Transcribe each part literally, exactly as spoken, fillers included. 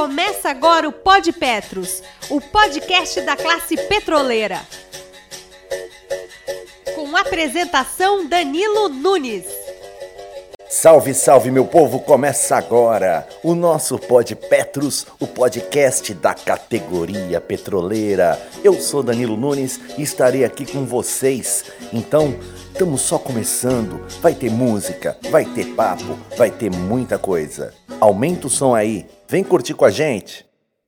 Começa agora o Pod Petros, o podcast da classe petroleira. Com apresentação Danilo Nunes. Salve, salve, meu povo! Começa agora o nosso Pod Petros, o podcast da categoria petroleira. Eu sou Danilo Nunes e estarei aqui com vocês. Então, estamos só começando. Vai ter música, vai ter papo, vai ter muita coisa. Aumenta o som aí, vem curtir com a gente.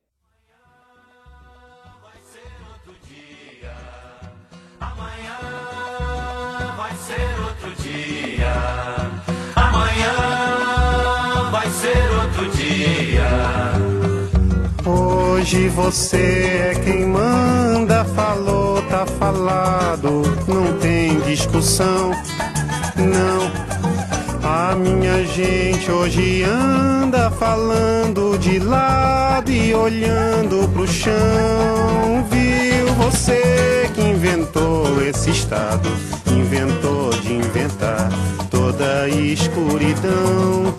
Hoje você é quem manda, falou, tá falado, não tem discussão, não. A minha gente hoje anda falando de lado e olhando pro chão. Viu você que inventou esse estado, inventou de inventar toda a escuridão.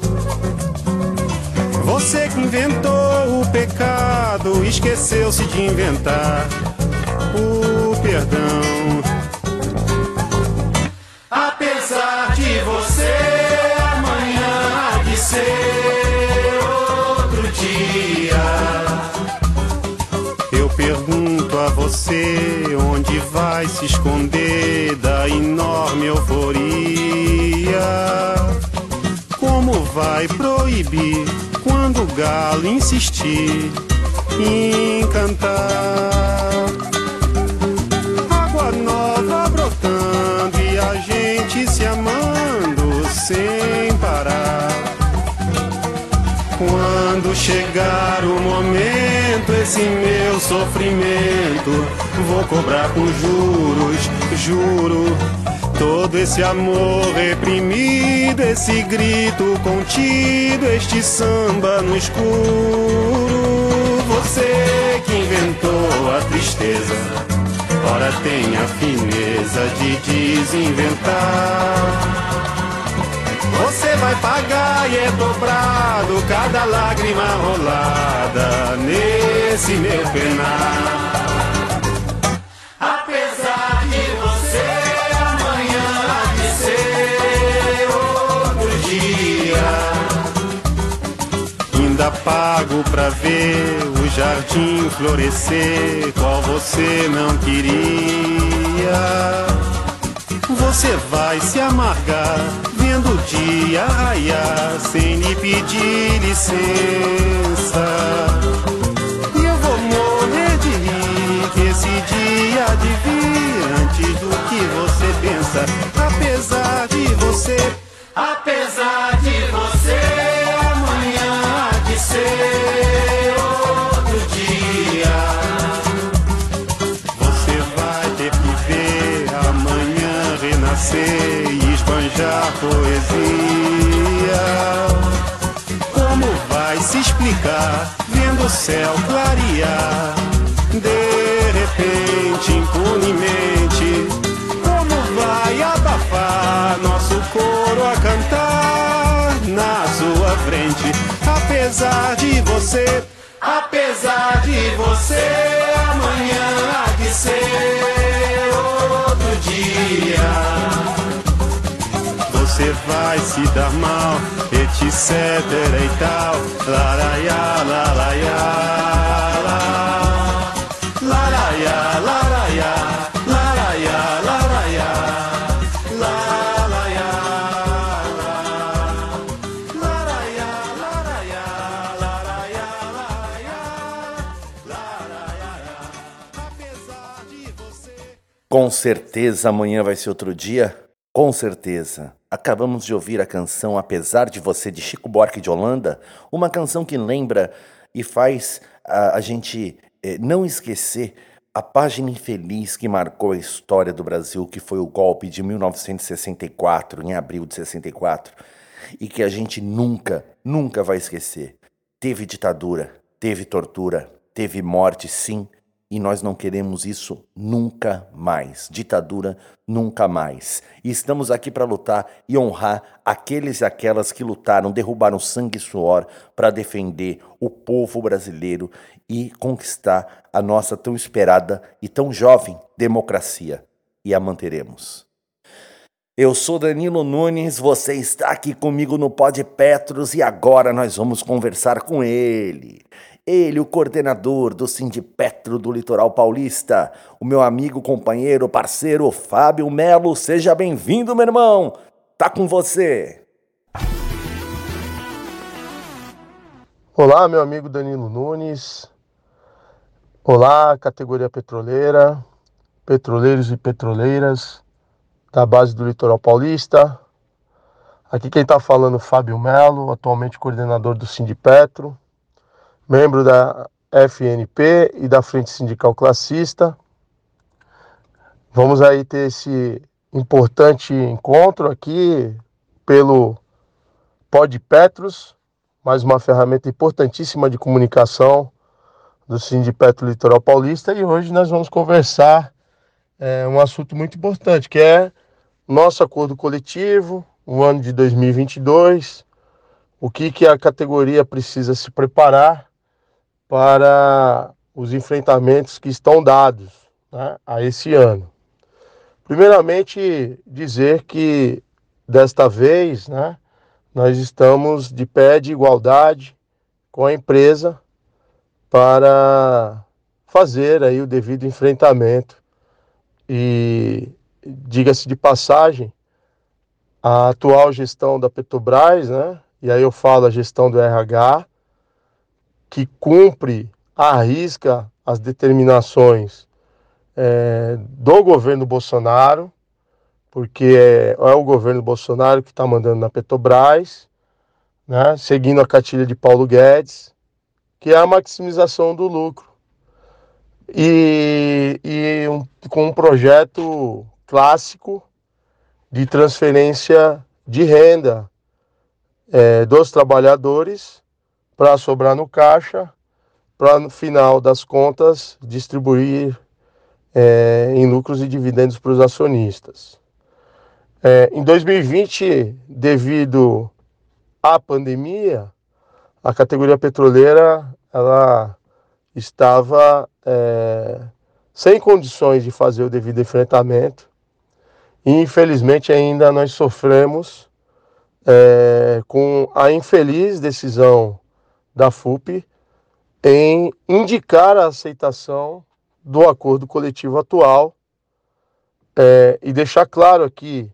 Você que inventou o pecado, esqueceu-se de inventar o perdão. Apesar de você, amanhã há de ser outro dia. Eu pergunto a você, onde vai se esconder da enorme euforia? Como vai proibir quando o galo insistir em cantar? Água nova brotando e a gente se amando sem parar. Quando chegar o momento, esse meu sofrimento vou cobrar com juros, juro. Todo esse amor reprimido, esse grito contido, este samba no escuro. Você que inventou a tristeza, ora tem a fineza de desinventar. Você vai pagar e é dobrado cada lágrima rolada nesse meu penar. Apesar de você ainda pago pra ver o jardim florescer, qual você não queria. Você vai se amargar vendo o dia raiar sem lhe pedir licença. E eu vou morrer de rir que esse dia há de vir antes do que você pensa. Apesar de você, apesar de você, amanhã há de ser outro dia. Você vai ter que ver amanhã renascer e esbanjar poesia. Como vai se explicar vendo o céu clarear de repente, impunemente? Como vai abafar nosso coro a cantar na sua frente? Apesar de você, apesar de você, amanhã há de ser outro dia. Você vai se dar mal, etc e tal. Laraiá, laraiá, laraiá, laraiá, laraiá, laraiá. Com certeza amanhã vai ser outro dia, com certeza. Acabamos de ouvir a canção Apesar de Você, de Chico Buarque de Holanda, uma canção que lembra e faz a, a gente eh, não esquecer a página infeliz que marcou a história do Brasil, que foi o golpe de mil novecentos e sessenta e quatro, em abril de sessenta e quatro, e que a gente nunca, nunca vai esquecer. Teve ditadura, teve tortura, teve morte, sim, E nós não queremos isso nunca mais. Ditadura nunca mais. E estamos aqui para lutar e honrar aqueles e aquelas que lutaram, derrubaram sangue e suor para defender o povo brasileiro e conquistar a nossa tão esperada e tão jovem democracia. E a manteremos. Eu sou Danilo Nunes, você está aqui comigo no Pod Petros e agora nós vamos conversar com ele. Ele, o coordenador do Sindipetro do Litoral Paulista, o meu amigo, companheiro, parceiro Fábio Melo. Seja bem-vindo, meu irmão. Tá com você. Olá, meu amigo Danilo Nunes. Olá, categoria petroleira, petroleiros e petroleiras da base do Litoral Paulista. Aqui quem está falando é o Fábio Melo, atualmente coordenador do Sindipetro, membro da F N P e da Frente Sindical Classista. Vamos aí ter esse importante encontro aqui pelo Pod Petros, mais uma ferramenta importantíssima de comunicação do Sindipetro Litoral Paulista, e hoje nós vamos conversar é, um assunto muito importante, que é nosso acordo coletivo, o ano de dois mil e vinte e dois, o que, que a categoria precisa se preparar para os enfrentamentos que estão dados, né, a esse ano. Primeiramente, dizer que desta vez, né, nós estamos de pé de igualdade com a empresa para fazer aí o devido enfrentamento. E diga-se de passagem, a atual gestão da Petrobras, né, e aí eu falo a gestão do R H, que cumpre à risca as determinações é, do governo Bolsonaro, porque é, é o governo Bolsonaro que está mandando na Petrobras, né, seguindo a cartilha de Paulo Guedes, que é a maximização do lucro. E, e um, com um projeto clássico de transferência de renda é, dos trabalhadores para sobrar no caixa, para no final das contas distribuir é, em lucros e dividendos para os acionistas. É, em dois mil e vinte, devido à pandemia, a categoria petroleira ela estava é, sem condições de fazer o devido enfrentamento e infelizmente ainda nós sofremos é, com a infeliz decisão da F U P em indicar a aceitação do acordo coletivo atual é, e deixar claro aqui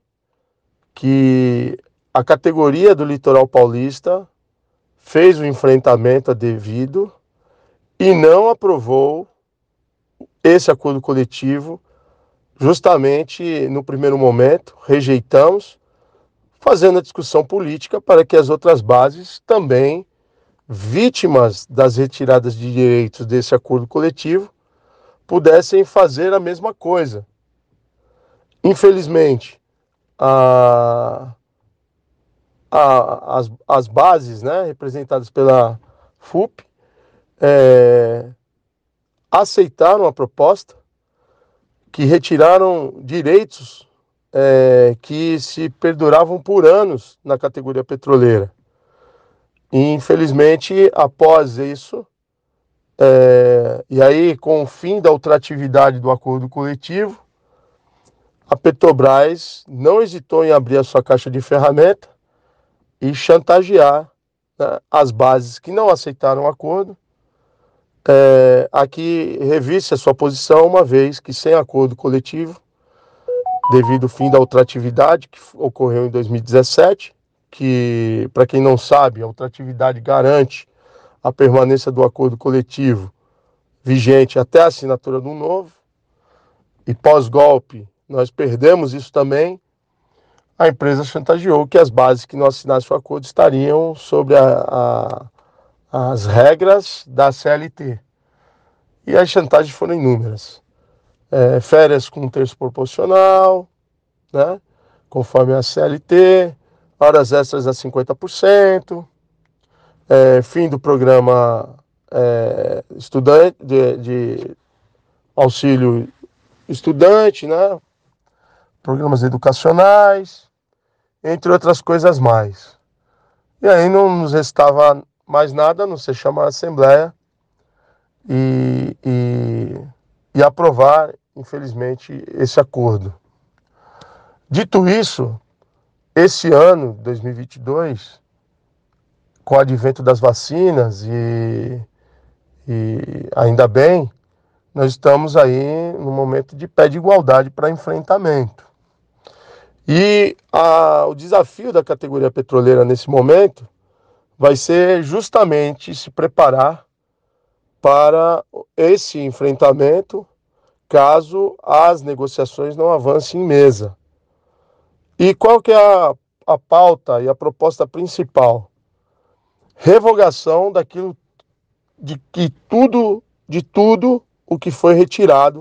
que a categoria do Litoral Paulista fez o enfrentamento devido e não aprovou esse acordo coletivo, justamente no primeiro momento, rejeitamos, fazendo a discussão política para que as outras bases também, vítimas das retiradas de direitos desse acordo coletivo, pudessem fazer a mesma coisa. Infelizmente, a, a, as, as bases, né, representadas pela F U P, é, aceitaram a proposta, que retiraram direitos é, que se perduravam por anos na categoria petroleira. E, infelizmente, após isso, é, e aí com o fim da ultratividade do acordo coletivo, a Petrobras não hesitou em abrir a sua caixa de ferramenta e chantagear, né, as bases que não aceitaram o acordo, é, a que revisse a sua posição, uma vez que sem acordo coletivo, devido ao fim da ultratividade que ocorreu em dois mil e dezessete, que, para quem não sabe, a ultratividade garante a permanência do acordo coletivo vigente até a assinatura do novo, e pós-golpe nós perdemos isso também. A empresa chantageou que as bases que não assinassem o acordo estariam sobre a, a, as regras da C L T. E as chantagens foram inúmeras. É, férias com um terço proporcional, né, conforme a C L T, horas extras a cinquenta por cento, é, fim do programa é, estudante de, de auxílio estudante, né? Programas educacionais, entre outras coisas mais. E aí não nos restava mais nada a não ser chamar a Assembleia e, e, e aprovar, infelizmente, esse acordo. Dito isso, esse ano, dois mil e vinte e dois, com o advento das vacinas e, e ainda bem, nós estamos aí no momento de pé de igualdade para enfrentamento. E a, o desafio da categoria petroleira nesse momento vai ser justamente se preparar para esse enfrentamento caso as negociações não avancem em mesa. E qual que é a, a pauta e a proposta principal? Revogação daquilo de que tudo, de tudo o que foi retirado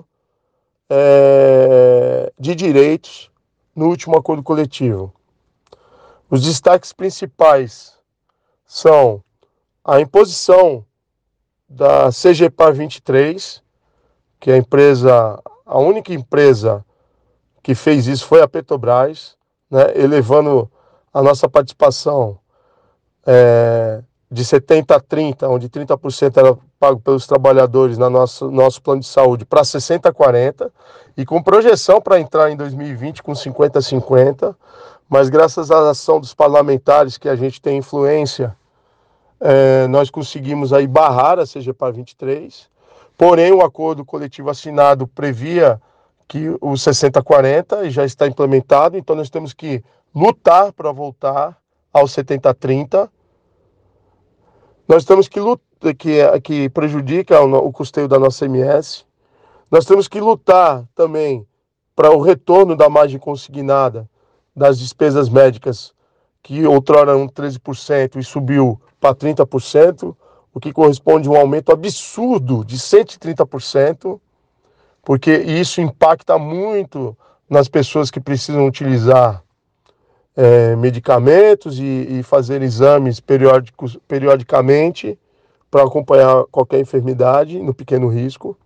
é, de direitos no último acordo coletivo. Os destaques principais são a imposição da C G P A vinte e três, que é a empresa, a única empresa que fez isso foi a Petrobras, né, elevando a nossa participação é, de setenta a trinta, onde trinta por cento era pago pelos trabalhadores no nosso, nosso plano de saúde, para sessenta a quarenta, e com projeção para entrar em dois mil e vinte com cinquenta a cinquenta, mas graças à ação dos parlamentares que a gente tem influência, é, nós conseguimos aí barrar a C G P A vinte e três, porém o acordo coletivo assinado previa que o sessenta a quarenta e já está implementado, então nós temos que lutar para voltar ao setenta a trinta. Nós temos que lutar, que, que prejudica o, o custeio da nossa M S. Nós temos que lutar também para o retorno da margem consignada das despesas médicas, que outrora eram treze por cento e subiu para trinta por cento, o que corresponde a um aumento absurdo de cento e trinta por cento, porque isso impacta muito nas pessoas que precisam utilizar é, medicamentos e, e fazer exames periódicos, periodicamente para acompanhar qualquer enfermidade no pequeno risco.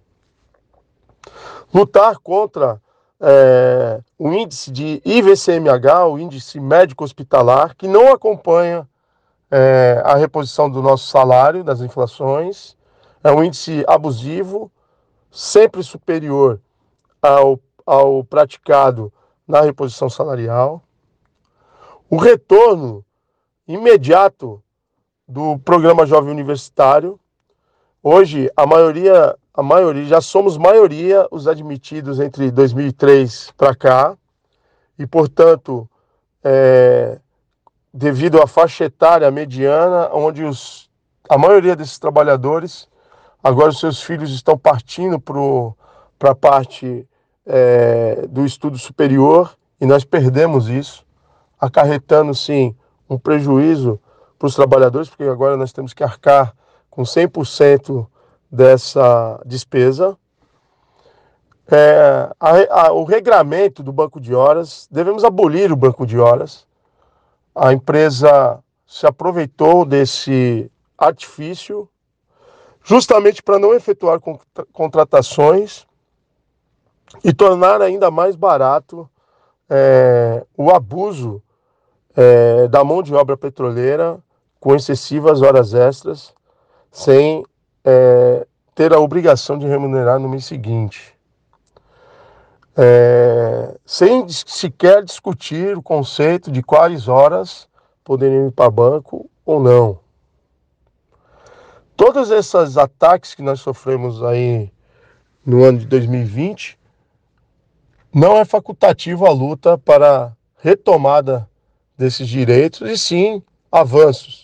Lutar contra é, o índice de I V C M H, o índice médico hospitalar, que não acompanha é, a reposição do nosso salário, das inflações. É um índice abusivo, sempre superior ao, ao praticado na reposição salarial. O retorno imediato do programa Jovem Universitário. Hoje, a maioria, a maioria, já somos maioria os admitidos entre dois mil e três para cá, e, portanto, é, devido à faixa etária mediana, onde os, a maioria desses trabalhadores, agora os seus filhos estão partindo para a parte é, do estudo superior, e nós perdemos isso, acarretando, sim, um prejuízo para os trabalhadores, porque agora nós temos que arcar com cem por cento dessa despesa. É, a, a, o regramento do banco de horas, devemos abolir o banco de horas. A empresa se aproveitou desse artifício justamente para não efetuar contratações e tornar ainda mais barato é, o abuso é, da mão de obra petroleira com excessivas horas extras, sem é, ter a obrigação de remunerar no mês seguinte. É, sem sequer discutir o conceito de quais horas poderiam ir para banco ou não. Todos esses ataques que nós sofremos aí no ano de dois mil e vinte, não é facultativo a luta para a retomada desses direitos, e sim avanços.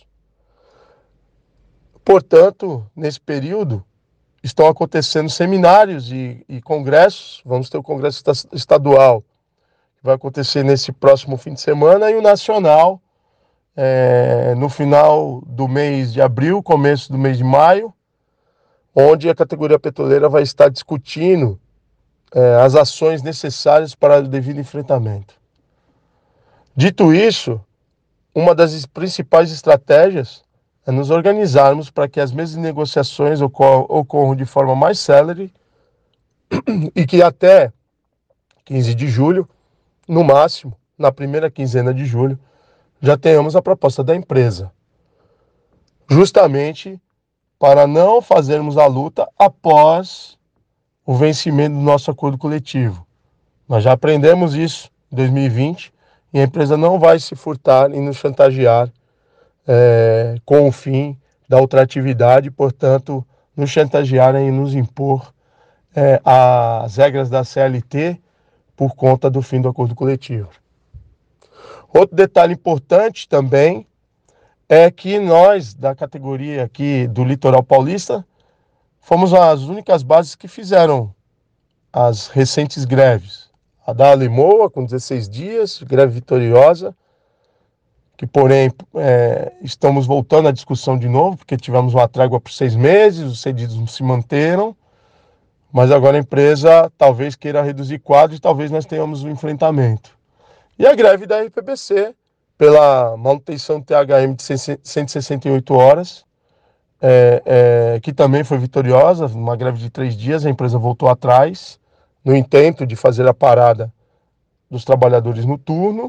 Portanto, nesse período, estão acontecendo seminários e, e congressos. Vamos ter o congresso estadual, que vai acontecer nesse próximo fim de semana, e o nacional, é, no final do mês de abril, começo do mês de maio, onde a categoria petroleira vai estar discutindo é, as ações necessárias para o devido enfrentamento. Dito isso, uma das principais estratégias é nos organizarmos para que as mesmas negociações ocorram, ocorram de forma mais célere e que até quinze de julho, no máximo, na primeira quinzena de julho, já tenhamos a proposta da empresa. Justamente para não fazermos a luta após o vencimento do nosso acordo coletivo. Nós já aprendemos isso em dois mil e vinte e a empresa não vai se furtar e nos chantagear é, com o fim da ultratividade, portanto, nos chantagearem e nos impor é, as regras da C L T por conta do fim do acordo coletivo. Outro detalhe importante também é que nós, da categoria aqui do Litoral Paulista, fomos as únicas bases que fizeram as recentes greves. A da Alimoa, com dezesseis dias, greve vitoriosa, que porém é, estamos voltando à discussão de novo, porque tivemos uma trégua por seis meses, os cedidos se manteram, mas agora a empresa talvez queira reduzir quadros e talvez nós tenhamos um enfrentamento. E a greve da R P B C, pela manutenção do T H M de cento e sessenta e oito horas, é, é, que também foi vitoriosa, uma greve de três dias, a empresa voltou atrás, no intento de fazer a parada dos trabalhadores no turno.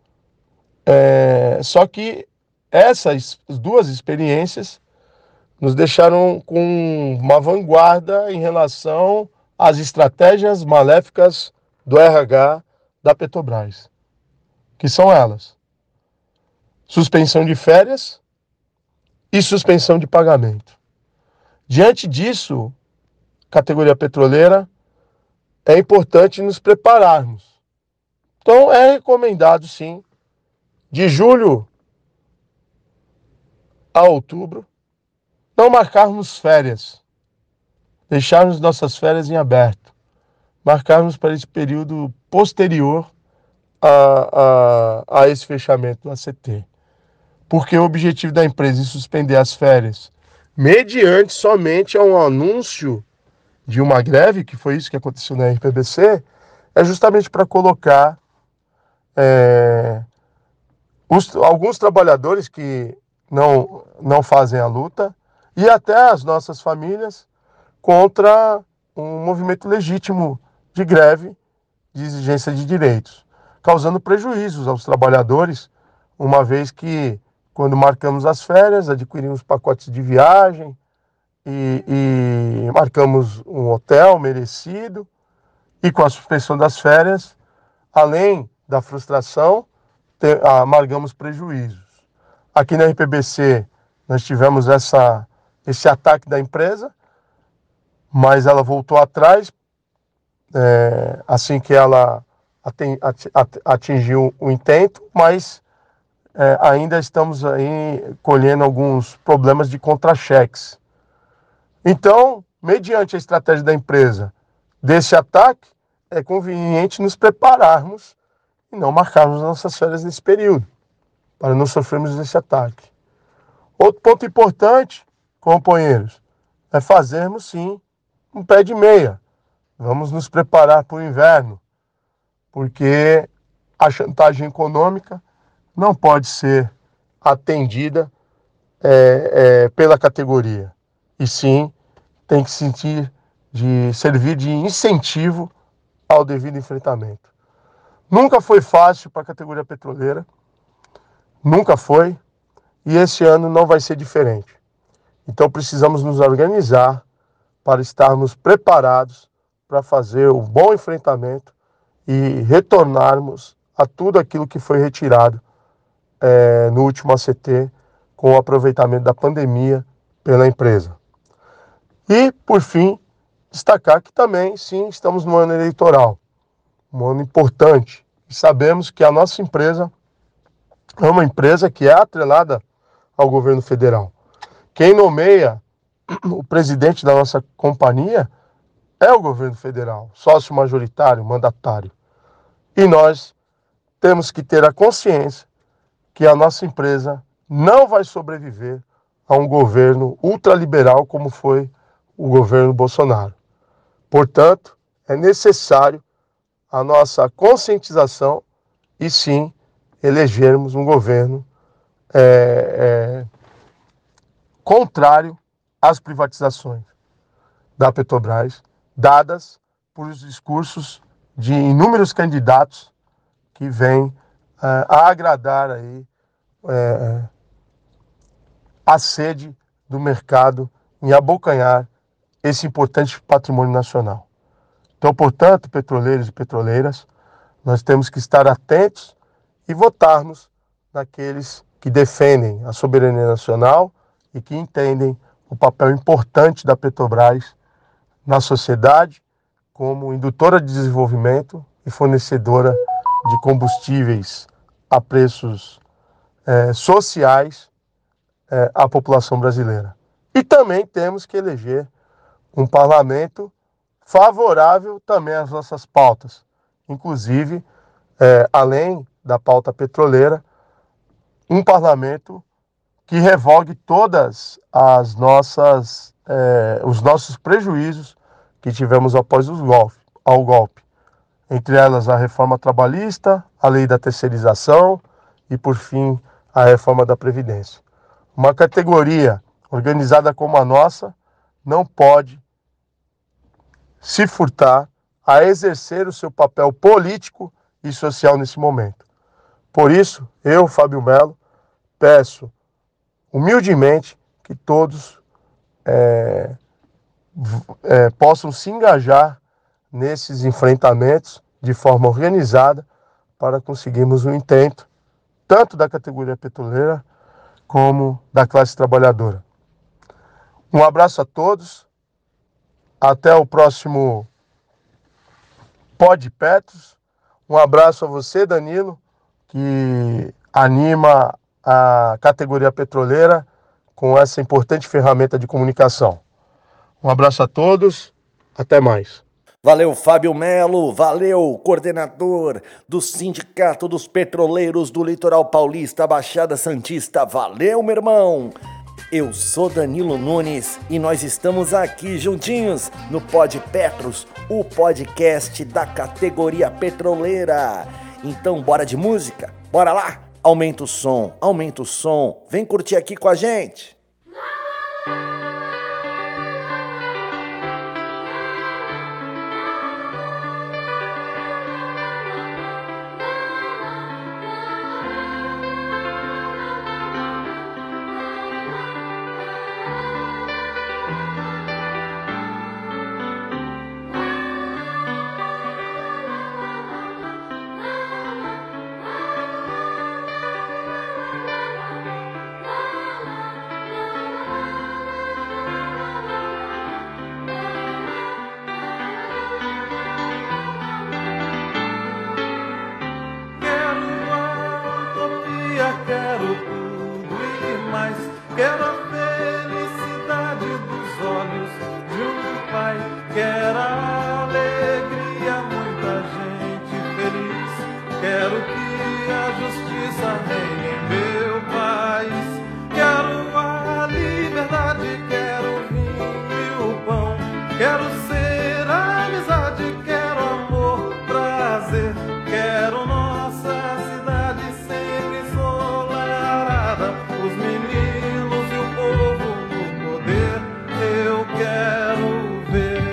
É, só que essas duas experiências nos deixaram com uma vanguarda em relação às estratégias maléficas do R H da Petrobras, que são elas: suspensão de férias e suspensão de pagamento. Diante disso, categoria petroleira, é importante nos prepararmos. Então é recomendado, sim, de julho a outubro, não marcarmos férias, deixarmos nossas férias em aberto, marcarmos para esse período posterior a, a, a esse fechamento do A C T. Porque o objetivo da empresa em suspender as férias, mediante somente a um anúncio de uma greve, que foi isso que aconteceu na R P B C, é justamente para colocar é, os, alguns trabalhadores que não, não fazem a luta e até as nossas famílias contra um movimento legítimo de greve, de exigência de direitos, causando prejuízos aos trabalhadores, uma vez que, quando marcamos as férias, adquirimos pacotes de viagem e, e marcamos um hotel merecido, e com a suspensão das férias, além da frustração, te, amargamos prejuízos. Aqui na R P B C, nós tivemos essa, esse ataque da empresa, mas ela voltou atrás, é, assim que ela atingiu o intento, mas é, ainda estamos aí colhendo alguns problemas de contra-cheques. Então, mediante a estratégia da empresa desse ataque, é conveniente nos prepararmos e não marcarmos nossas férias nesse período, para não sofrermos esse ataque. Outro ponto importante, companheiros, é fazermos sim um pé de meia. Vamos nos preparar para o inverno, porque a chantagem econômica não pode ser atendida é, é, pela categoria, e sim tem que sentir de servir de incentivo ao devido enfrentamento. Nunca foi fácil para a categoria petroleira, nunca foi, e esse ano não vai ser diferente. Então precisamos nos organizar para estarmos preparados para fazer o bom enfrentamento e retornarmos a tudo aquilo que foi retirado é, no último A C T com o aproveitamento da pandemia pela empresa. E, por fim, destacar que também, sim, estamos no ano eleitoral, um ano importante, e sabemos que a nossa empresa é uma empresa que é atrelada ao governo federal. Quem nomeia o presidente da nossa companhia é o governo federal, sócio majoritário, mandatário. E nós temos que ter a consciência que a nossa empresa não vai sobreviver a um governo ultraliberal como foi o governo Bolsonaro. Portanto, é necessário a nossa conscientização e sim elegermos um governo é, é, contrário às privatizações da Petrobras, dadas por os discursos de inúmeros candidatos que vêm uh, a agradar aí, uh, a sede do mercado em abocanhar esse importante patrimônio nacional. Então, portanto, petroleiros e petroleiras, nós temos que estar atentos e votarmos naqueles que defendem a soberania nacional e que entendem o papel importante da Petrobras na sociedade como indutora de desenvolvimento e fornecedora de combustíveis a preços eh, sociais eh, à população brasileira. E também temos que eleger um parlamento favorável também às nossas pautas, inclusive, eh, além da pauta petroleira, um parlamento que revogue todas as nossas, eh, os nossos prejuízos que tivemos após os golpe, ao golpe. Entre elas a reforma trabalhista, a lei da terceirização e, por fim, a reforma da Previdência. Uma categoria organizada como a nossa não pode se furtar a exercer o seu papel político e social nesse momento. Por isso, eu, Fábio Melo, peço humildemente que todos é, é, possam se engajar nesses enfrentamentos de forma organizada para conseguirmos o intento tanto da categoria petroleira como da classe trabalhadora. Um abraço a todos, até o próximo Pod Petros. Um abraço a você, Danilo, que anima a categoria petroleira com essa importante ferramenta de comunicação. Um abraço a todos, até mais. Valeu, Fábio Melo, valeu, coordenador do Sindicato dos Petroleiros do Litoral Paulista, Baixada Santista, valeu, meu irmão! Eu sou Danilo Nunes e nós estamos aqui juntinhos no Pod Petros, o podcast da categoria petroleira. Então, bora de música? Bora lá? Aumenta o som, aumenta o som, vem curtir aqui com a gente! Quero tudo e mais, quero a felicidade dos olhos de um pai, quero a alegria, muita gente feliz, quero que a justiça reine em meu país, quero a liberdade, quero o vinho e o pão, quero ser a amizade, quero amor, prazer, quero nossa cidade sempre ensolarada, os meninos e o povo no poder, eu quero ver.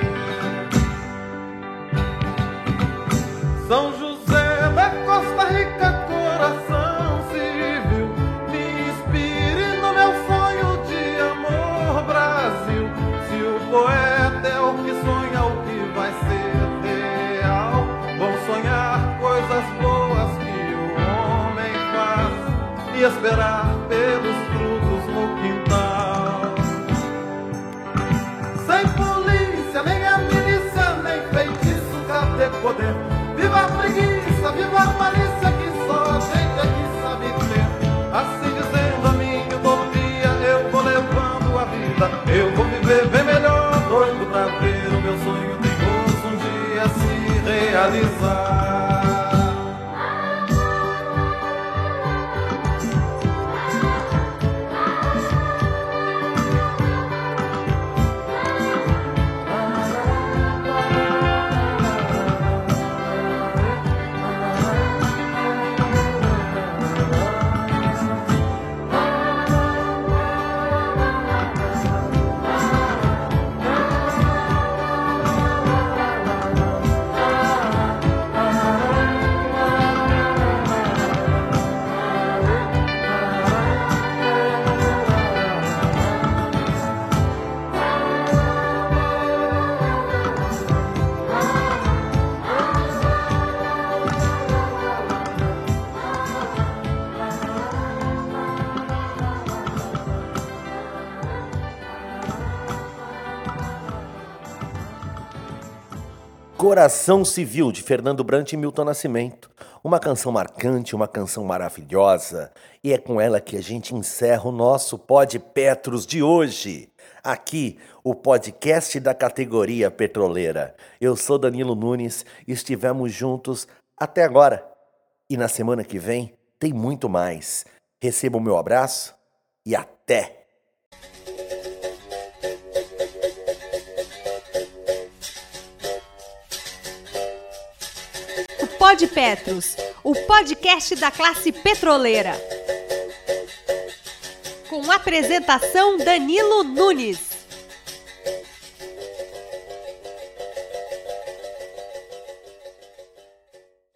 São José da Costa Rica, coração civil, me inspire no meu sonho de amor, Brasil. Se o poeta é o que sonha, o que vai ser real, vão sonhar coisas boas que o homem faz e esperar pelos frutos no quintal. Sem polícia, nem a milícia, nem feitiço, cadê poder? Viva a preguiça, viva a malícia, que só a gente aqui sabe ter. Assim dizendo a minha utopia, eu vou levando a vida, eu vou viver bem melhor, doido pra ver o meu sonho teimoso um dia se realizar. Coração Civil, de Fernando Brant e Milton Nascimento. Uma canção marcante, uma canção maravilhosa. E é com ela que a gente encerra o nosso Pod Petros de hoje. Aqui, o podcast da categoria petroleira. Eu sou Danilo Nunes e estivemos juntos até agora. E na semana que vem tem muito mais. Receba o meu abraço e até! Pod Petros, o podcast da classe petroleira. Com apresentação Danilo Nunes.